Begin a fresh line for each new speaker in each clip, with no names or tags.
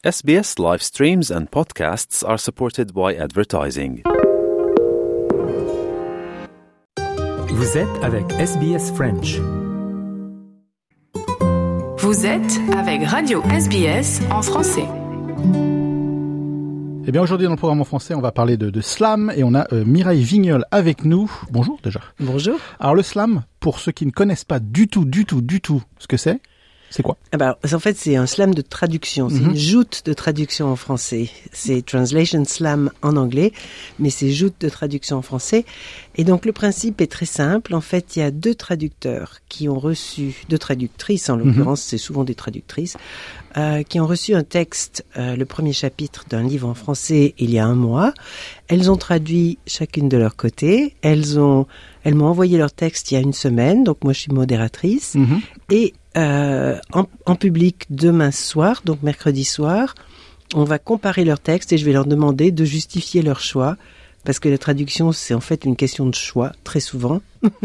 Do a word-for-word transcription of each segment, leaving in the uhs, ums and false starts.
S B S live streams and podcasts are supported by advertising.
Vous êtes avec S B S French.
Vous êtes avec Radio S B S en français.
Eh bien, aujourd'hui, dans le programme en français, on va parler de, de slam et on a euh, Mireille Vignol avec nous. Bonjour, déjà.
Bonjour.
Alors, le slam, pour ceux qui ne connaissent pas du tout, du tout, du tout ce que c'est, c'est quoi?
Ah bah, en fait, c'est un slam de traduction. C'est mm-hmm. une joute de traduction en français. C'est translation slam en anglais, mais c'est joute de traduction en français. Et donc, le principe est très simple. En fait, il y a deux traducteurs qui ont reçu, deux traductrices en l'occurrence, mm-hmm. c'est souvent des traductrices, euh, qui ont reçu un texte, euh, le premier chapitre d'un livre en français il y a un mois. Elles ont traduit chacune de leur côté. Elles ont, elles m'ont envoyé leur texte il y a une semaine. Donc, moi, je suis modératrice. Mm-hmm. Et Euh, en, en public demain soir, donc mercredi soir, on va comparer leurs textes et je vais leur demander de justifier leur choix, parce que la traduction, c'est en fait une question de choix, très souvent.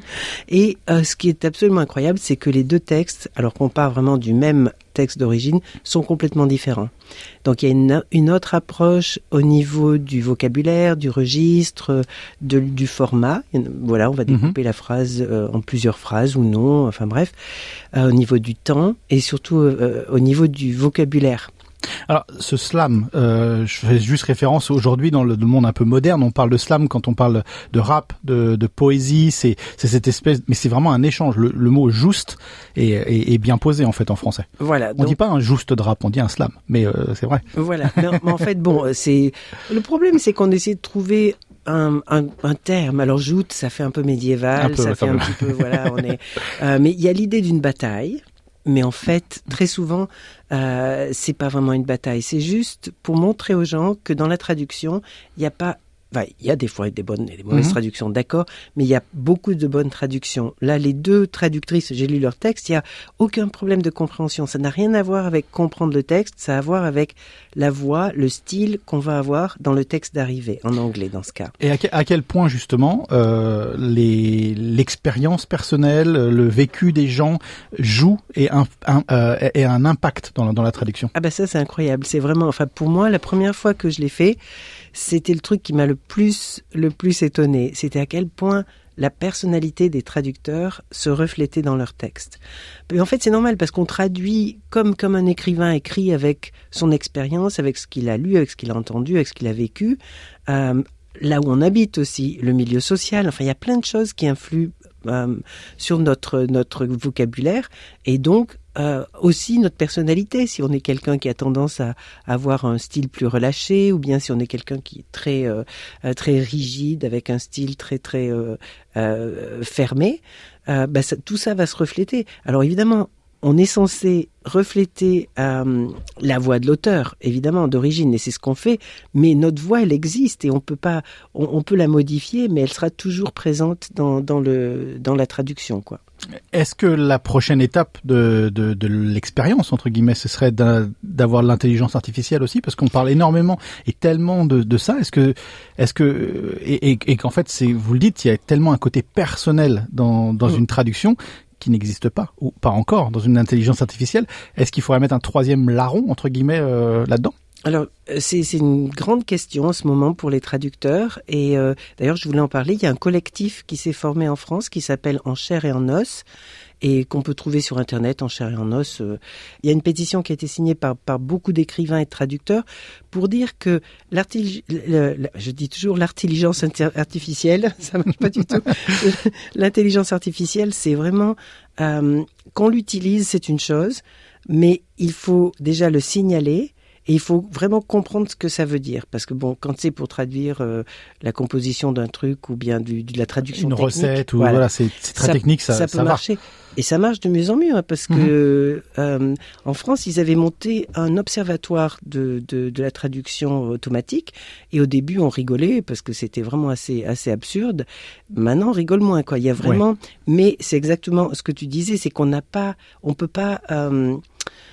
Et euh, ce qui est absolument incroyable, c'est que les deux textes, alors qu'on part vraiment du même texte d'origine, sont complètement différents. Donc il y a une, une autre approche au niveau du vocabulaire, du registre, de, du format. Voilà, on va découper mm-hmm. la phrase euh, en plusieurs phrases ou non, enfin bref, euh, au niveau du temps et surtout euh, au niveau du vocabulaire.
Alors, ce slam, euh, je fais juste référence aujourd'hui dans le, le monde un peu moderne. On parle de slam quand on parle de rap, de, de poésie. C'est, c'est cette espèce, mais c'est vraiment un échange. Le, le mot juste est, est, est bien posé en fait en français.
Voilà.
On donc, dit pas un juste de rap, on dit un slam, mais euh, c'est vrai.
Voilà. Non, mais en fait, bon, c'est le problème, c'est qu'on essaie de trouver un, un, un terme. Alors, joute, ça fait un peu médiéval, un peu, ça fait un petit peu, voilà, on est. Euh, mais il y a l'idée d'une bataille. Mais en fait, très souvent, euh, c'est pas vraiment une bataille. C'est juste pour montrer aux gens que dans la traduction, il n'y a pas... Enfin, il y a des fois des bonnes et des mauvaises mmh. traductions, d'accord, mais il y a beaucoup de bonnes traductions. Là, les deux traductrices, j'ai lu leur texte, il n'y a aucun problème de compréhension. Ça n'a rien à voir avec comprendre le texte, ça a à voir avec la voix, le style qu'on va avoir dans le texte d'arrivée, en anglais dans ce cas.
Et à, que, à quel point, justement, euh, les, l'expérience personnelle, le vécu des gens joue et un, un, euh, et un impact dans la, dans la traduction?
Ah ben ça, c'est incroyable. C'est vraiment... Enfin, pour moi, la première fois que je l'ai fait, c'était le truc qui m'a le plus, le plus étonné. C'était à quel point la personnalité des traducteurs se reflétait dans leurs textes. Mais en fait, c'est normal parce qu'on traduit comme, comme un écrivain écrit avec son expérience, avec ce qu'il a lu, avec ce qu'il a entendu, avec ce qu'il a vécu. Euh, là où on habite aussi, le milieu social. Enfin, il y a plein de choses qui influent euh, sur notre, notre vocabulaire et donc Euh, aussi notre personnalité, si on est quelqu'un qui a tendance à, à avoir un style plus relâché, ou bien si on est quelqu'un qui est très euh, très rigide, avec un style très très euh, euh, fermé, euh, bah ça, tout ça va se refléter. Alors évidemment, on est censé refléter euh, la voix de l'auteur, évidemment, d'origine, et c'est ce qu'on fait, mais notre voix, elle existe, et on peut pas, on, on peut la modifier, mais elle sera toujours présente dans, dans, le, dans la traduction, quoi.
Est-ce que la prochaine étape de, de, de l'expérience, entre guillemets, ce serait d'avoir l'intelligence artificielle aussi? Parce qu'on parle énormément et tellement de, de ça. Est-ce que, est-ce que, et, et, et qu'en fait, c'est, vous le dites, il y a tellement un côté personnel dans, dans mmh. une traduction qui n'existe pas, ou pas encore, dans une intelligence artificielle. Est-ce qu'il faudrait mettre un troisième larron, entre guillemets, euh, là-dedans?
Alors, c'est, c'est une grande question en ce moment pour les traducteurs. Et euh, d'ailleurs, je voulais en parler. Il y a un collectif qui s'est formé en France qui s'appelle En chair et en os et qu'on peut trouver sur Internet, En chair et en os. Euh, il y a une pétition qui a été signée par, par beaucoup d'écrivains et de traducteurs pour dire que l'artil, le, le, je dis toujours l'intelligence artificielle, ça marche pas du tout. L'intelligence artificielle, c'est vraiment... Euh, qu'on l'utilise, c'est une chose, mais il faut déjà le signaler. Et il faut vraiment comprendre ce que ça veut dire. Parce que bon, quand c'est pour traduire euh, la composition d'un truc ou bien du, de la traduction
une
technique...
Une recette, ou voilà, voilà c'est, c'est très
ça,
technique, ça,
ça peut
ça
marcher.
Va.
Et ça marche de mieux en mieux, hein, parce que mmh. euh, en France, ils avaient monté un observatoire de, de, de la traduction automatique. Et au début, on rigolait parce que c'était vraiment assez, assez absurde. Maintenant, on rigole moins, quoi. Il y a vraiment... Ouais. Mais c'est exactement ce que tu disais, c'est qu'on n'a pas... On peut pas... Euh,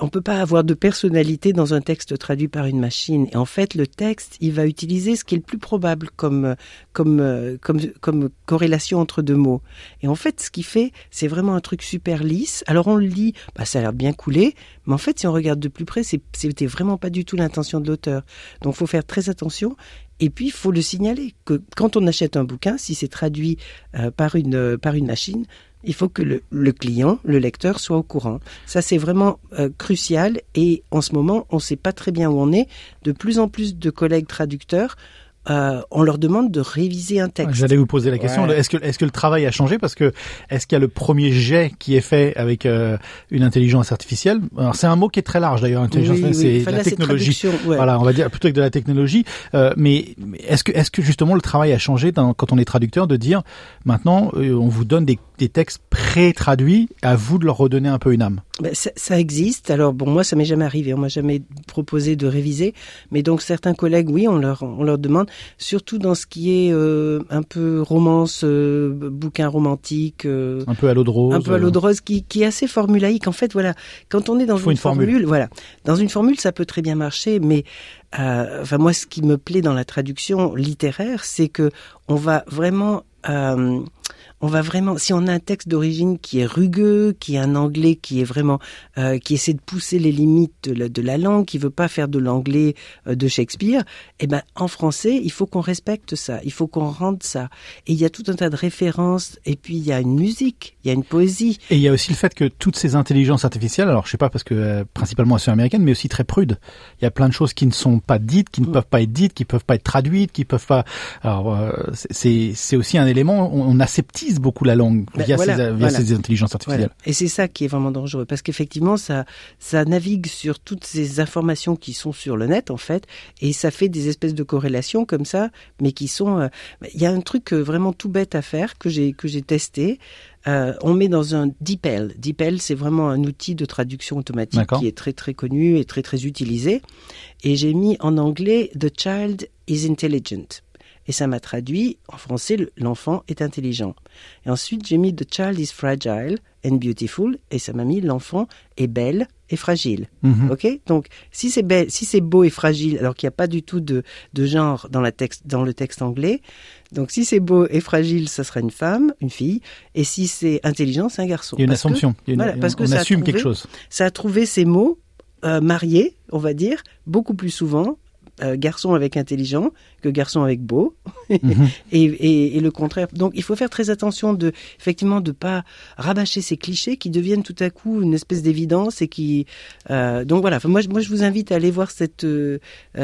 on peut pas avoir de personnalité dans un texte traduit par une machine. Et en fait, le texte, il va utiliser ce qui est le plus probable comme comme comme comme corrélation entre deux mots. Et en fait, ce qu'il fait, c'est vraiment un truc super lisse. Alors on le lit, bah ça a l'air bien coulé, mais en fait, si on regarde de plus près, c'est c'était vraiment pas du tout l'intention de l'auteur. Donc, faut faire très attention. Et puis, il faut le signaler que quand on achète un bouquin, si c'est traduit euh, par une euh, par une machine, il faut que le, le client, le lecteur, soit au courant. Ça, c'est vraiment euh, crucial. Et en ce moment, on ne sait pas très bien où on est. De plus en plus de collègues traducteurs, euh, on leur demande de réviser un texte.
J'allais vous poser la question. Ouais. Est-ce que est-ce que le travail a changé parce que est-ce qu'il y a le premier jet qui est fait avec euh, une intelligence artificielle? Alors c'est un mot qui est très large d'ailleurs. Intelligence,
oui,
c'est
oui. Enfin,
la
là,
technologie.
C'est ouais.
Voilà, on va dire plutôt que de la technologie. Euh, mais est-ce que est-ce que justement le travail a changé dans, quand on est traducteur de dire maintenant euh, on vous donne des, des textes pré-traduits, à vous de leur redonner un peu une âme?
Ben, ça, ça existe. Alors bon, moi ça m'est jamais arrivé. On m'a jamais proposé de réviser. Mais donc certains collègues, oui, on leur on leur demande. Surtout dans ce qui est euh, un peu romance, euh, bouquin romantique, euh,
un peu à l'eau de rose,
un peu à l'eau de rose, qui, qui est assez formulaïque. En fait, voilà, quand on est dans une,
une
formule,
formule,
voilà, dans une formule, ça peut très bien marcher, mais euh, enfin moi, ce qui me plaît dans la traduction littéraire, c'est que on va vraiment euh, on va vraiment, si on a un texte d'origine qui est rugueux, qui est un anglais qui est vraiment, euh, qui essaie de pousser les limites de la, de la langue, qui veut pas faire de l'anglais euh, de Shakespeare, eh ben en français, il faut qu'on respecte ça, il faut qu'on rende ça. Et il y a tout un tas de références, et puis il y a une musique, il y a une poésie.
Et il y a aussi le fait que toutes ces intelligences artificielles, alors je sais pas parce que euh, principalement elles sont américaines, mais aussi très prudes. Il y a plein de choses qui ne sont pas dites, qui ne mmh. peuvent pas être dites, qui peuvent pas être traduites, qui peuvent pas. Alors euh, c'est c'est aussi un élément. On, on aseptise beaucoup la langue
ben,
via,
voilà,
ces, via
voilà.
ces intelligences artificielles.
Voilà. Et c'est ça qui est vraiment dangereux, parce qu'effectivement, ça, ça navigue sur toutes ces informations qui sont sur le net, en fait, et ça fait des espèces de corrélations comme ça, mais qui sont... Il euh, y a un truc vraiment tout bête à faire que j'ai que j'ai testé. Euh, on met dans un DeepL. DeepL, c'est vraiment un outil de traduction automatique D'accord. qui est très très connu et très très utilisé. Et j'ai mis en anglais « The child is intelligent ». Et ça m'a traduit, en français, l'enfant est intelligent. Et ensuite, j'ai mis « The child is fragile and beautiful » et ça m'a mis « l'enfant est belle et fragile mm-hmm. ». Ok ? Donc, si c'est belle, si c'est beau et fragile, alors qu'il n'y a pas du tout de, de genre dans, la texte, dans le texte anglais, donc si c'est beau et fragile, ça sera une femme, une fille, et si c'est intelligent, c'est un garçon.
Il y a une parce assumption,
que,
il y a une,
voilà, parce que
on
ça
assume
trouvé, quelque
chose.
Ça a trouvé ces mots euh, mariés, on va dire, beaucoup plus souvent, Euh, garçon avec intelligent que garçon avec beau mm-hmm. et, et, et le contraire. Donc il faut faire très attention de effectivement de pas rabâcher ces clichés qui deviennent tout à coup une espèce d'évidence et qui euh, donc voilà. Enfin, moi, moi je vous invite à aller voir cette. Euh,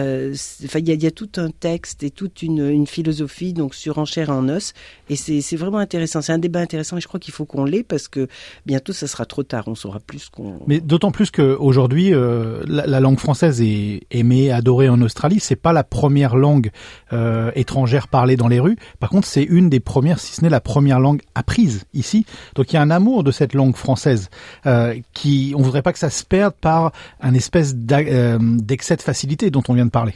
enfin il y a, y a tout un texte et toute une, une philosophie donc sur Enchères en os et c'est, c'est vraiment intéressant. C'est un débat intéressant et je crois qu'il faut qu'on l'ait parce que bientôt ça sera trop tard. On saura plus qu'on.
Mais d'autant plus qu'aujourd'hui euh, la, la langue française est aimée, adorée en Australie. C'est pas la première langue euh, étrangère parlée dans les rues. Par contre, c'est une des premières, si ce n'est la première langue apprise ici. Donc, il y a un amour de cette langue française euh, qui, on voudrait pas que ça se perde par un espèce euh, d'excès de facilité dont on vient de parler.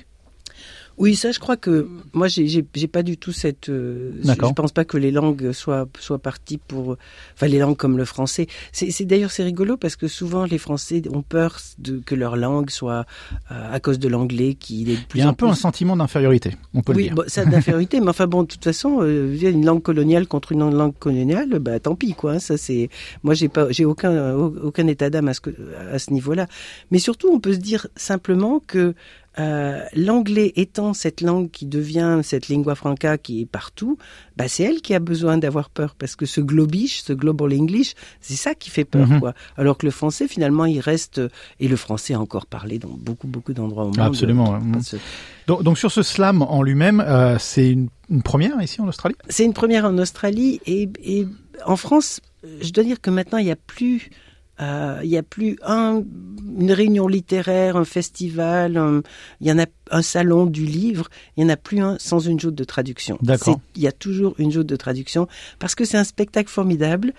Oui, ça, je crois que moi, j'ai, j'ai, j'ai pas du tout cette. Euh, je, je pense pas que les langues soient soient parties pour. Enfin, les langues comme le français. C'est, c'est d'ailleurs c'est rigolo parce que souvent les Français ont peur de que leur langue soit euh, à cause de l'anglais qui est de plus.
Il y a un
en
peu
plus...
un sentiment d'infériorité, on peut
oui,
le dire.
Oui, bon, ça d'infériorité, mais enfin bon, de toute façon, euh, une langue coloniale contre une langue coloniale, bah tant pis quoi. Hein, ça c'est. Moi, j'ai pas, j'ai aucun aucun état d'âme à ce à ce niveau-là. Mais surtout, on peut se dire simplement que. Euh, l'anglais étant cette langue qui devient cette lingua franca qui est partout, bah c'est elle qui a besoin d'avoir peur parce que ce globish, ce global English, c'est ça qui fait peur, mm-hmm. quoi. Alors que le français finalement il reste et le français est encore parlé dans beaucoup beaucoup d'endroits au monde.
Absolument.
Euh,
ouais. donc, donc sur ce slam en lui-même, euh, c'est une, une première ici en Australie.
C'est une première en Australie et, et en France, je dois dire que maintenant il y a plus il euh, y a plus un, une réunion littéraire, un festival, il y en a un salon du livre, il y en a plus un sans une joute de traduction.
D'accord.
Il y a toujours une joute de traduction parce que c'est un spectacle formidable.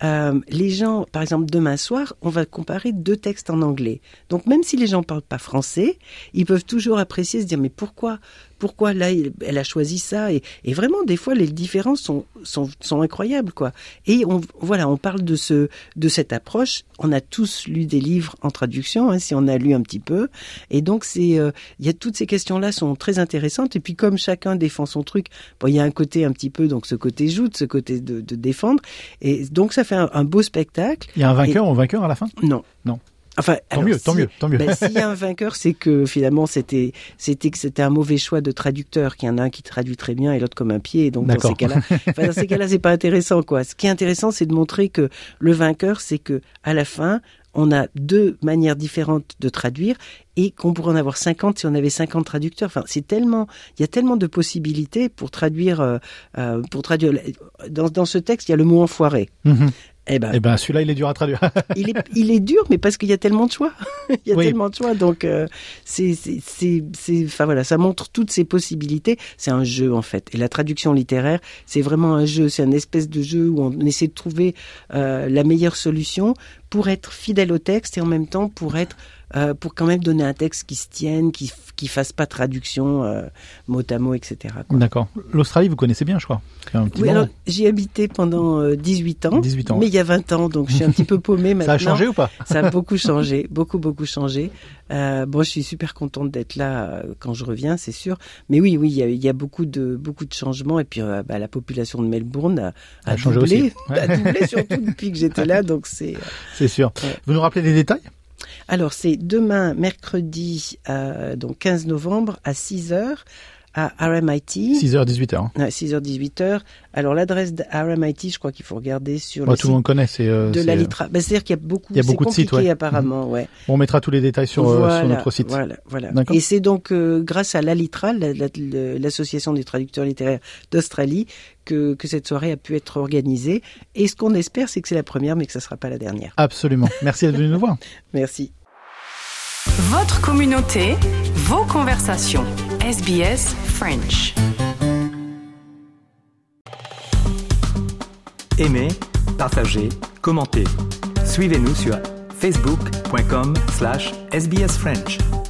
euh, les gens, par exemple, demain soir, on va comparer deux textes en anglais. Donc, même si les gens parlent pas français, ils peuvent toujours apprécier, se dire, mais pourquoi, pourquoi là, elle a choisi ça? Et, et vraiment, des fois, les différences sont, sont, sont incroyables, quoi. Et on, voilà, on parle de ce, de cette approche. On a tous lu des livres en traduction, hein, si on a lu un petit peu. Et donc, c'est, euh, il y a toutes ces questions-là sont très intéressantes. Et puis, comme chacun défend son truc, bon, il y a un côté un petit peu, donc ce côté joute, ce côté de, de défendre. Et donc, ça fait un, un beau spectacle.
Il y a un vainqueur
et...
ou un vainqueur à la fin?
Non.
Non.
Enfin,
tant
alors,
mieux,
si,
tant mieux, tant mieux.
Ben, s'il y a un vainqueur, c'est que finalement c'était c'était que c'était un mauvais choix de traducteur, qu'il y en a un qui traduit très bien et l'autre comme un pied. Et donc dans ces cas-là, enfin, dans ces cas-là, c'est pas intéressant, quoi. Ce qui est intéressant, c'est de montrer que le vainqueur, c'est que à la fin, on a deux manières différentes de traduire et qu'on pourrait en avoir cinquante si on avait cinquante traducteurs. Enfin, c'est tellement, il y a tellement de possibilités pour traduire, euh, euh, pour traduire. Dans, dans ce texte, il y a le mot enfoiré.
Mm-hmm.
Eh ben,
eh ben, celui-là, il est dur à traduire.
il est, il est dur, mais parce qu'il y a tellement de choix. il y a
oui.
tellement de choix, donc euh, c'est, c'est, c'est, c'est, enfin voilà, ça montre toutes ces possibilités. C'est un jeu en fait, et la traduction littéraire, c'est vraiment un jeu. C'est une espèce de jeu où on essaie de trouver euh, la meilleure solution pour être fidèle au texte et en même temps pour être Euh, pour quand même donner un texte qui se tienne, qui qui fasse pas traduction euh, mot à mot, et cetera, quoi.
D'accord. L'Australie, vous connaissez bien, je crois. Un petit
oui,
moment.
alors j'y ai habité pendant euh, dix-huit ans.
dix-huit ans.
Mais il y a vingt ans, donc je suis un petit peu paumée maintenant.
Ça a changé ou pas?
Ça a beaucoup changé, beaucoup beaucoup changé. Euh, bon, je suis super contente d'être là euh, quand je reviens, c'est sûr. Mais oui, oui, il y a, il y a beaucoup de beaucoup de changements et puis euh, bah, la population de Melbourne a, a, a changé doublé, aussi. Ouais. a doublé surtout depuis que j'étais là, donc c'est. Euh,
c'est sûr. Ouais. Vous nous rappelez les détails?
Alors, c'est demain, mercredi, euh, donc quinze novembre, à six heures, à R M I T.
six heures, dix-huit heures.
Ouais, six heures, dix-huit heures. Alors, l'adresse de R M I T, je crois qu'il faut regarder sur
ouais,
le
tout
site
le monde connaît, c'est... Euh,
de
c'est,
la Litra. Ben, c'est-à-dire qu'il y a beaucoup,
il y a beaucoup
c'est compliqué,
de sites, ouais.
apparemment, ouais.
On mettra tous les détails sur,
voilà,
euh, sur notre site.
Voilà, voilà.
D'accord.
Et c'est donc euh, grâce à la Litra, la, la, la, l'association des traducteurs littéraires d'Australie, que, que cette soirée a pu être organisée. Et ce qu'on espère, c'est que c'est la première, mais que ça ne sera pas la dernière.
Absolument. Merci d'être venu nous voir.
Merci.
Votre communauté, vos conversations. S B S French.
Aimez, partagez, commentez. Suivez-nous sur facebook point com slash S B S French.